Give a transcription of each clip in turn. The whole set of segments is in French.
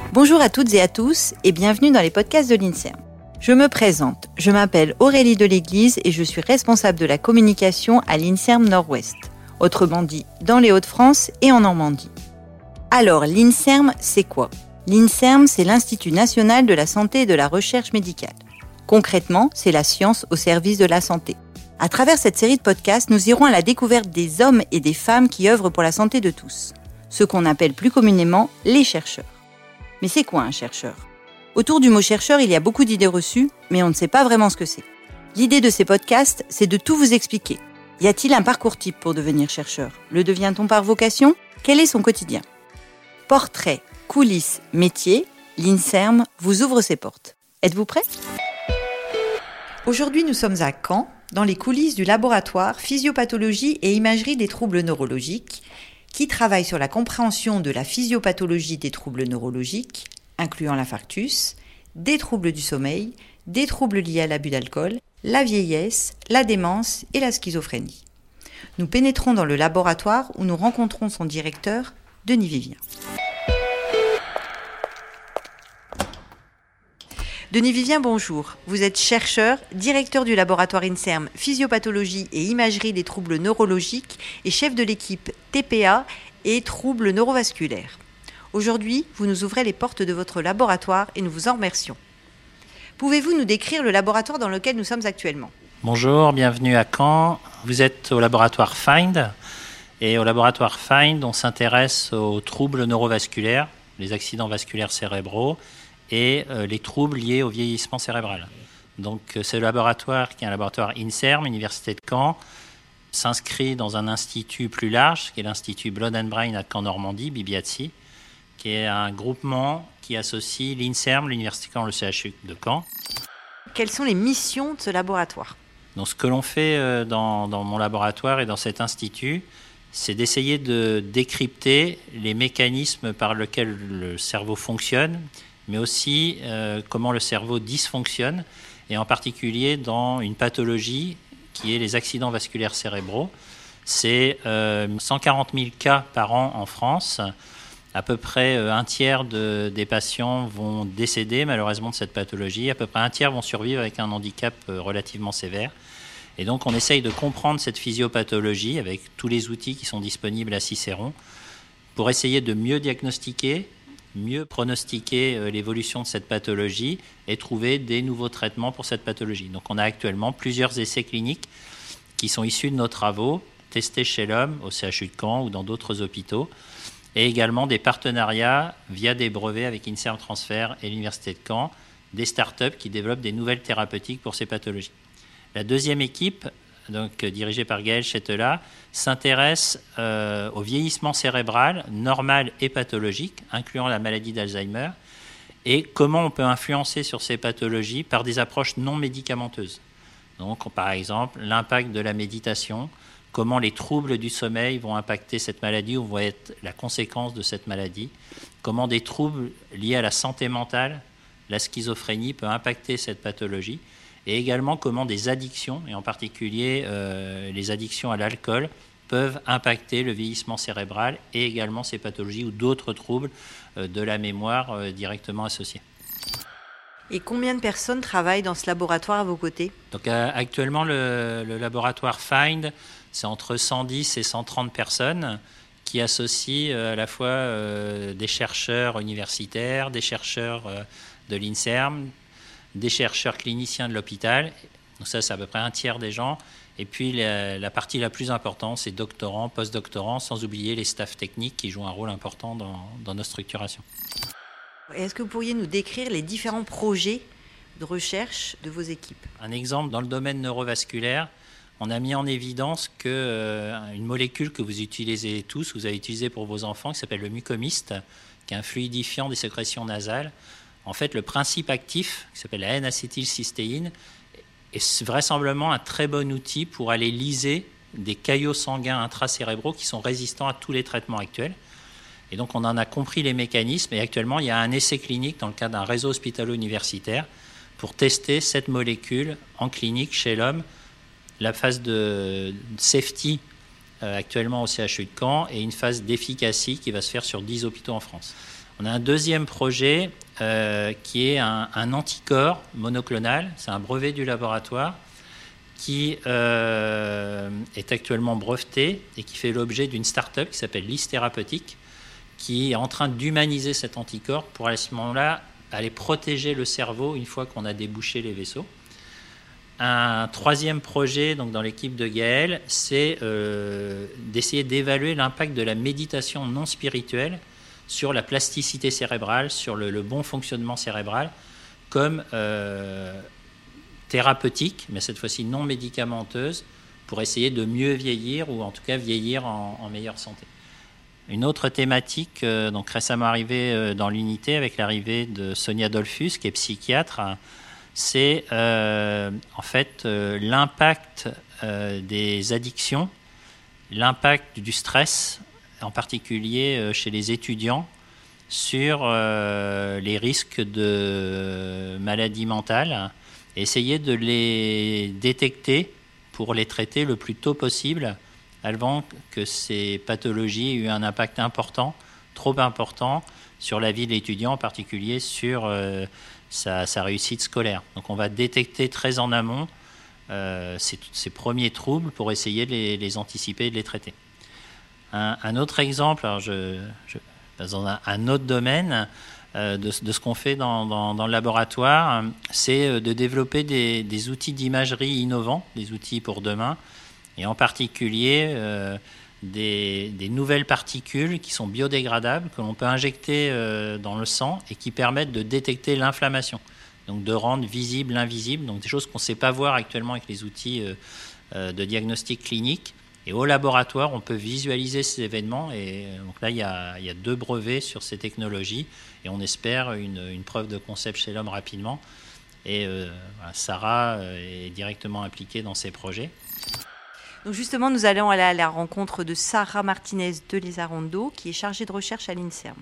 Bonjour à toutes et à tous et bienvenue dans les podcasts de l'INSERM. Je me présente, je m'appelle Aurélie Deléglise et je suis responsable de la communication à l'INSERM Nord-Ouest, autrement dit dans les Hauts-de-France et en Normandie. Alors, l'INSERM, c'est quoi ? L'INSERM, c'est l'Institut national de la santé et de la recherche médicale. Concrètement, c'est la science au service de la santé. À travers cette série de podcasts, nous irons à la découverte des hommes et des femmes qui œuvrent pour la santé de tous, ceux qu'on appelle plus communément les chercheurs. Mais c'est quoi un chercheur ? Autour du mot chercheur, il y a beaucoup d'idées reçues, mais on ne sait pas vraiment ce que c'est. L'idée de ces podcasts, c'est de tout vous expliquer. Y a-t-il un parcours type pour devenir chercheur ? Le devient-on par vocation ? Quel est son quotidien ? Portrait, coulisses, métier, l'INSERM vous ouvre ses portes. Êtes-vous prêts ? Aujourd'hui, nous sommes à Caen, dans les coulisses du laboratoire Physiopathologie et Imagerie des troubles neurologiques, qui travaille sur la compréhension de la physiopathologie des troubles neurologiques, incluant l'infarctus, des troubles du sommeil, des troubles liés à l'abus d'alcool, la vieillesse, la démence et la schizophrénie. Nous pénétrons dans le laboratoire où nous rencontrons son directeur, Denis Vivien. Denis Vivien, bonjour. Vous êtes chercheur, directeur du laboratoire INSERM Physiopathologie et Imagerie des troubles neurologiques et chef de l'équipe TPA et troubles neurovasculaires. Aujourd'hui, vous nous ouvrez les portes de votre laboratoire et nous vous en remercions. Pouvez-vous nous décrire le laboratoire dans lequel nous sommes actuellement ? Bonjour, bienvenue à Caen. Vous êtes au laboratoire FIND. Et au laboratoire FIND, on s'intéresse aux troubles neurovasculaires, les accidents vasculaires cérébraux, et les troubles liés au vieillissement cérébral. Donc ce laboratoire, qui est un laboratoire INSERM, Université de Caen, s'inscrit dans un institut plus large, qui est l'Institut Blood and Brain à Caen-Normandie, BIBIATSI, qui est un groupement qui associe l'INSERM, l'Université de Caen, le CHU de Caen. Quelles sont les missions de ce laboratoire ? Donc ce que l'on fait dans mon laboratoire et dans cet institut, c'est d'essayer de décrypter les mécanismes par lesquels le cerveau fonctionne, mais aussi comment le cerveau dysfonctionne, et en particulier dans une pathologie qui est les accidents vasculaires cérébraux. C'est 140 000 cas par an en France. À peu près un tiers des patients vont décéder malheureusement de cette pathologie. À peu près un tiers vont survivre avec un handicap relativement sévère. Et donc on essaye de comprendre cette physiopathologie avec tous les outils qui sont disponibles à Cicéron pour essayer de mieux diagnostiquer, mieux pronostiquer l'évolution de cette pathologie et trouver des nouveaux traitements pour cette pathologie. Donc on a actuellement plusieurs essais cliniques qui sont issus de nos travaux, testés chez l'homme, au CHU de Caen ou dans d'autres hôpitaux, et également des partenariats via des brevets avec INSERM Transfer et l'Université de Caen, des startups qui développent des nouvelles thérapeutiques pour ces pathologies. La deuxième équipe, donc dirigée par Gaël Chetela, s'intéresse au vieillissement cérébral normal et pathologique, incluant la maladie d'Alzheimer, et comment on peut influencer sur ces pathologies par des approches non médicamenteuses. Donc, par exemple, l'impact de la méditation, comment les troubles du sommeil vont impacter cette maladie ou vont être la conséquence de cette maladie, comment des troubles liés à la santé mentale, la schizophrénie, peut impacter cette pathologie, et également comment des addictions, et en particulier les addictions à l'alcool, peuvent impacter le vieillissement cérébral et également ces pathologies ou d'autres troubles de la mémoire directement associés. Et combien de personnes travaillent dans ce laboratoire à vos côtés ? Donc actuellement, le laboratoire FIND, c'est entre 110 et 130 personnes qui associent à la fois des chercheurs universitaires, des chercheurs de l'INSERM, des chercheurs cliniciens de l'hôpital. Donc ça, c'est à peu près un tiers des gens. Et puis la partie la plus importante, c'est doctorants, post-doctorants, sans oublier les staffs techniques qui jouent un rôle important dans nos structurations. Est-ce que vous pourriez nous décrire les différents projets de recherche de vos équipes ? Un exemple, dans le domaine neurovasculaire, on a mis en évidence qu'une molécule que vous utilisez tous, vous avez utilisé pour vos enfants, qui s'appelle le mucomyste, qui est un fluidifiant des sécrétions nasales. En fait, le principe actif, qui s'appelle la N-acétylcystéine, est vraisemblablement un très bon outil pour aller liser des caillots sanguins intracérébraux qui sont résistants à tous les traitements actuels. Et donc, on en a compris les mécanismes. Et actuellement, il y a un essai clinique dans le cadre d'un réseau hospitalo-universitaire pour tester cette molécule en clinique chez l'homme. La phase de safety actuellement au CHU de Caen et une phase d'efficacité qui va se faire sur 10 hôpitaux en France. On a un deuxième projet qui est un anticorps monoclonal. C'est un brevet du laboratoire qui est actuellement breveté et qui fait l'objet d'une start-up qui s'appelle Lys Thérapeutique, qui est en train d'humaniser cet anticorps pour à ce moment-là aller protéger le cerveau une fois qu'on a débouché les vaisseaux. Un troisième projet donc dans l'équipe de Gaël, c'est d'essayer d'évaluer l'impact de la méditation non spirituelle sur la plasticité cérébrale, sur le bon fonctionnement cérébral, comme thérapeutique, mais cette fois-ci non médicamenteuse, pour essayer de mieux vieillir, ou en tout cas vieillir en meilleure santé. Une autre thématique, donc récemment arrivée dans l'unité avec l'arrivée de Sonia Dolphus, qui est psychiatre, c'est en fait l'impact des addictions, l'impact du stress, en particulier chez les étudiants, sur les risques de maladies mentales, et essayer de les détecter pour les traiter le plus tôt possible, avant que ces pathologies aient eu un impact important, trop important, sur la vie de l'étudiant, en particulier sur sa réussite scolaire. Donc on va détecter très en amont ces premiers troubles pour essayer de les anticiper et de les traiter. Un autre exemple, alors dans un autre domaine de ce qu'on fait dans le laboratoire, c'est de développer des outils d'imagerie innovants, des outils pour demain, et en particulier des nouvelles particules qui sont biodégradables, que l'on peut injecter dans le sang et qui permettent de détecter l'inflammation, donc de rendre visible l'invisible, donc des choses qu'on ne sait pas voir actuellement avec les outils de diagnostic clinique. Et au laboratoire, on peut visualiser ces événements, et donc là, il y a 2 brevets sur ces technologies, et on espère une preuve de concept chez l'homme rapidement. Et Sarah est directement impliquée dans ces projets. Donc justement, nous allons aller à la rencontre de Sarah Martinez de Lizarondo, qui est chargée de recherche à l'INSERM.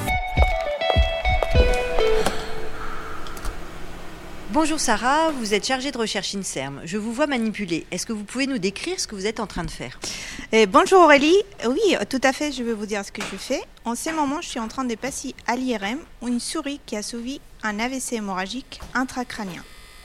Bonjour Sarah, vous êtes chargée de recherche INSERM. Je vous vois manipuler. Est-ce que vous pouvez nous décrire ce que vous êtes en train de faire ? Bonjour Aurélie. Oui, tout à fait, je vais vous dire ce que je fais. En ce moment, je suis en train de passer à l'IRM une souris qui a subi un AVC hémorragique intracrânien.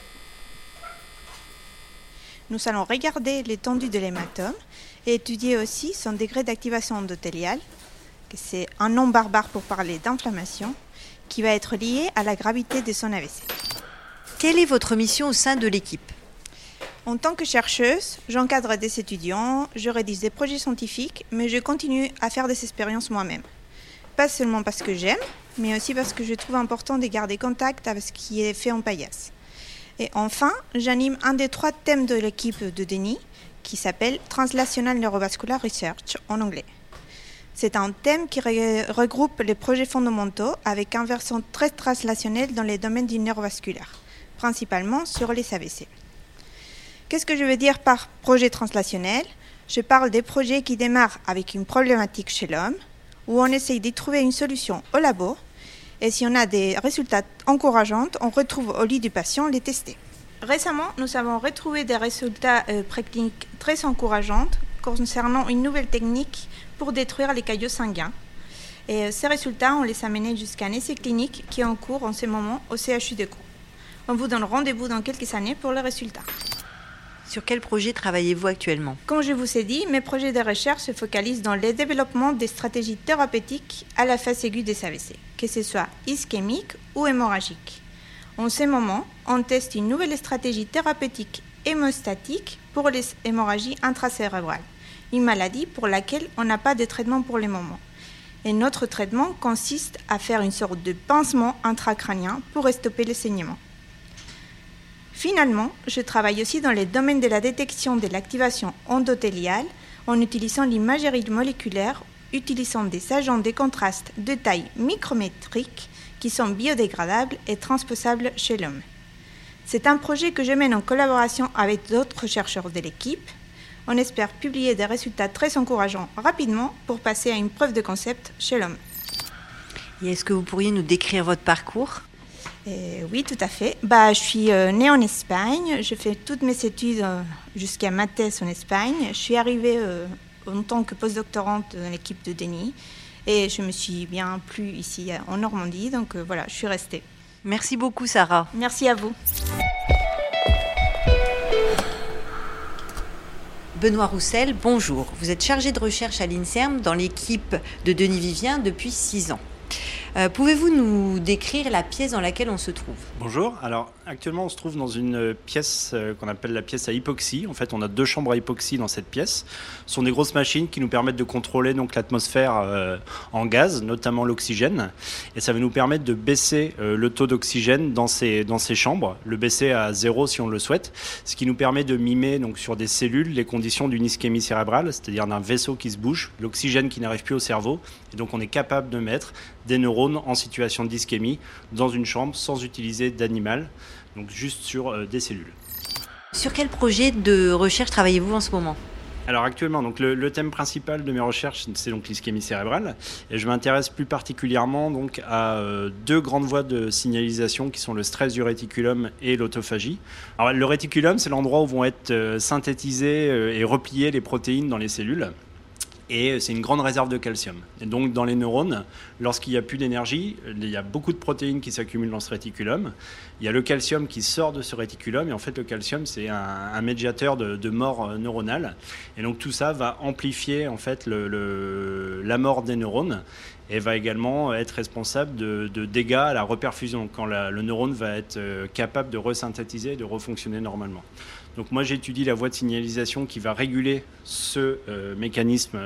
Nous allons regarder l'étendue de l'hématome et étudier aussi son degré d'activation endothéliale, que c'est un nom barbare pour parler d'inflammation, qui va être lié à la gravité de son AVC. Quelle est votre mission au sein de l'équipe ? En tant que chercheuse, j'encadre des étudiants, je rédige des projets scientifiques, mais je continue à faire des expériences moi-même. Pas seulement parce que j'aime, mais aussi parce que je trouve important de garder contact avec ce qui est fait en paillasse. Et enfin, j'anime un des 3 thèmes de l'équipe de Denis, qui s'appelle Translational Neurovascular Research en anglais. C'est un thème qui regroupe les projets fondamentaux avec un versant très translationnel dans les domaines du neurovasculaire, principalement sur les AVC. Qu'est-ce que je veux dire par projet translationnel ? Je parle des projets qui démarrent avec une problématique chez l'homme, où on essaye de trouver une solution au labo, et si on a des résultats encourageants, on retrouve au lit du patient les tester. Récemment, nous avons retrouvé des résultats précliniques très encourageants concernant une nouvelle technique pour détruire les caillots sanguins. Et ces résultats, on les a menés jusqu'à un essai clinique qui est en cours en ce moment au CHU de Caen. On vous donne rendez-vous dans quelques années pour les résultats. Sur quel projet travaillez-vous actuellement ? Comme je vous ai dit, mes projets de recherche se focalisent dans le développement des stratégies thérapeutiques à la phase aiguë des AVC, que ce soit ischémique ou hémorragique. En ce moment, on teste une nouvelle stratégie thérapeutique hémostatique pour les hémorragies intracérébrales, une maladie pour laquelle on n'a pas de traitement pour le moment. Et notre traitement consiste à faire une sorte de pincement intracrânien pour stopper le saignement. Finalement, je travaille aussi dans les domaines de la détection de l'activation endothéliale en utilisant l'imagerie moléculaire, utilisant des agents de contraste de taille micrométrique qui sont biodégradables et transposables chez l'homme. C'est un projet que je mène en collaboration avec d'autres chercheurs de l'équipe. On espère publier des résultats très encourageants rapidement pour passer à une preuve de concept chez l'homme. Et est-ce que vous pourriez nous décrire votre parcours ? Oui, tout à fait. Je suis née en Espagne. Je fais toutes mes études jusqu'à ma thèse en Espagne. Je suis arrivée en tant que postdoctorante dans l'équipe de Denis. Et je me suis bien plu ici en Normandie, donc voilà, je suis restée. Merci beaucoup Sarah. Merci à vous. Benoît Roussel, bonjour. Vous êtes chargé de recherche à l'INSERM dans l'équipe de Denis Vivien depuis 6 ans. Pouvez-vous nous décrire la pièce dans laquelle on se trouve ? Bonjour, alors actuellement on se trouve dans une pièce qu'on appelle la pièce à hypoxie. En fait on a 2 chambres à hypoxie dans cette pièce. Ce sont des grosses machines qui nous permettent de contrôler donc, l'atmosphère en gaz, notamment l'oxygène. Et ça va nous permettre de baisser le taux d'oxygène dans ces chambres, le baisser à 0 si on le souhaite. Ce qui nous permet de mimer donc, sur des cellules les conditions d'une ischémie cérébrale, c'est-à-dire d'un vaisseau qui se bouche, l'oxygène qui n'arrive plus au cerveau. Et donc on est capable de mettre des neurones en situation d'ischémie dans une chambre sans utiliser d'animal, donc juste sur des cellules. Sur quel projet de recherche travaillez-vous en ce moment ? Alors actuellement, donc le thème principal de mes recherches, c'est donc l'ischémie cérébrale, et je m'intéresse plus particulièrement donc à 2 grandes voies de signalisation qui sont le stress du réticulum et l'autophagie. Alors le réticulum, c'est l'endroit où vont être synthétisées et repliées les protéines dans les cellules. Et c'est une grande réserve de calcium. Et donc dans les neurones, lorsqu'il n'y a plus d'énergie, il y a beaucoup de protéines qui s'accumulent dans ce réticulum. Il y a le calcium qui sort de ce réticulum. Et en fait, le calcium, c'est un médiateur de mort neuronale. Et donc tout ça va amplifier en fait, la mort des neurones et va également être responsable de dégâts à la reperfusion, quand le neurone va être capable de resynthétiser et de refonctionner normalement. Donc moi j'étudie la voie de signalisation qui va réguler ce mécanisme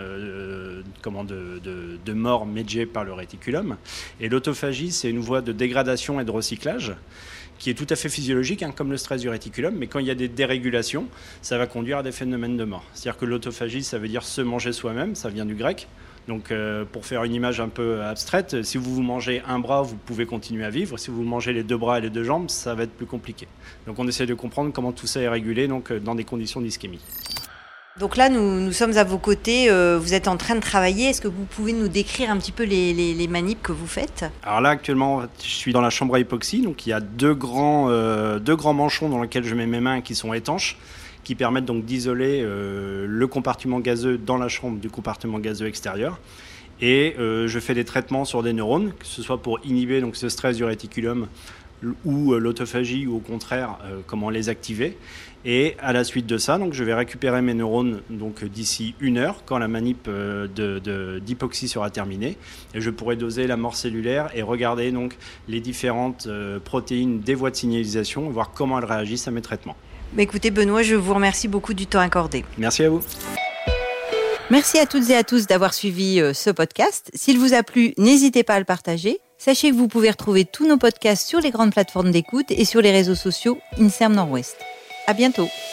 de mort médié par le réticulum. Et l'autophagie, c'est une voie de dégradation et de recyclage qui est tout à fait physiologique, comme le stress du réticulum, mais quand il y a des dérégulations, ça va conduire à des phénomènes de mort. C'est-à-dire que l'autophagie, ça veut dire se manger soi-même, ça vient du grec. Donc pour faire une image un peu abstraite, si vous mangez un bras, vous pouvez continuer à vivre. Si vous mangez les 2 bras et les 2 jambes, ça va être plus compliqué. Donc on essaie de comprendre comment tout ça est régulé donc, dans des conditions d'ischémie. Donc là, nous sommes à vos côtés, vous êtes en train de travailler. Est-ce que vous pouvez nous décrire un petit peu les manips que vous faites ? Alors là, actuellement, je suis dans la chambre à hypoxie. Donc il y a 2 grands manchons dans lesquels je mets mes mains qui sont étanches, qui permettent donc d'isoler le compartiment gazeux dans la chambre du compartiment gazeux extérieur. Et je fais des traitements sur des neurones, que ce soit pour inhiber donc, ce stress du réticulum ou l'autophagie, ou au contraire, comment les activer. Et à la suite de ça, donc, je vais récupérer mes neurones donc, d'ici 1 heure, quand la manip d'hypoxie sera terminée. Et je pourrai doser la mort cellulaire et regarder donc, les différentes protéines des voies de signalisation et voir comment elles réagissent à mes traitements. Mais écoutez Benoît, je vous remercie beaucoup du temps accordé. Merci à vous. Merci à toutes et à tous d'avoir suivi ce podcast. S'il vous a plu, n'hésitez pas à le partager. Sachez que vous pouvez retrouver tous nos podcasts sur les grandes plateformes d'écoute et sur les réseaux sociaux INSERM Nord-Ouest. À bientôt.